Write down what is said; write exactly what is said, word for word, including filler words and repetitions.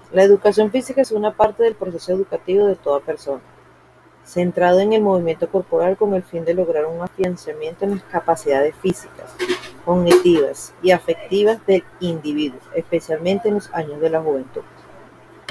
La educación física es una parte del proceso educativo de toda persona, centrado en el movimiento corporal con el fin de lograr un afianzamiento en las capacidades físicas, cognitivas y afectivas del individuo, especialmente en los años de la juventud.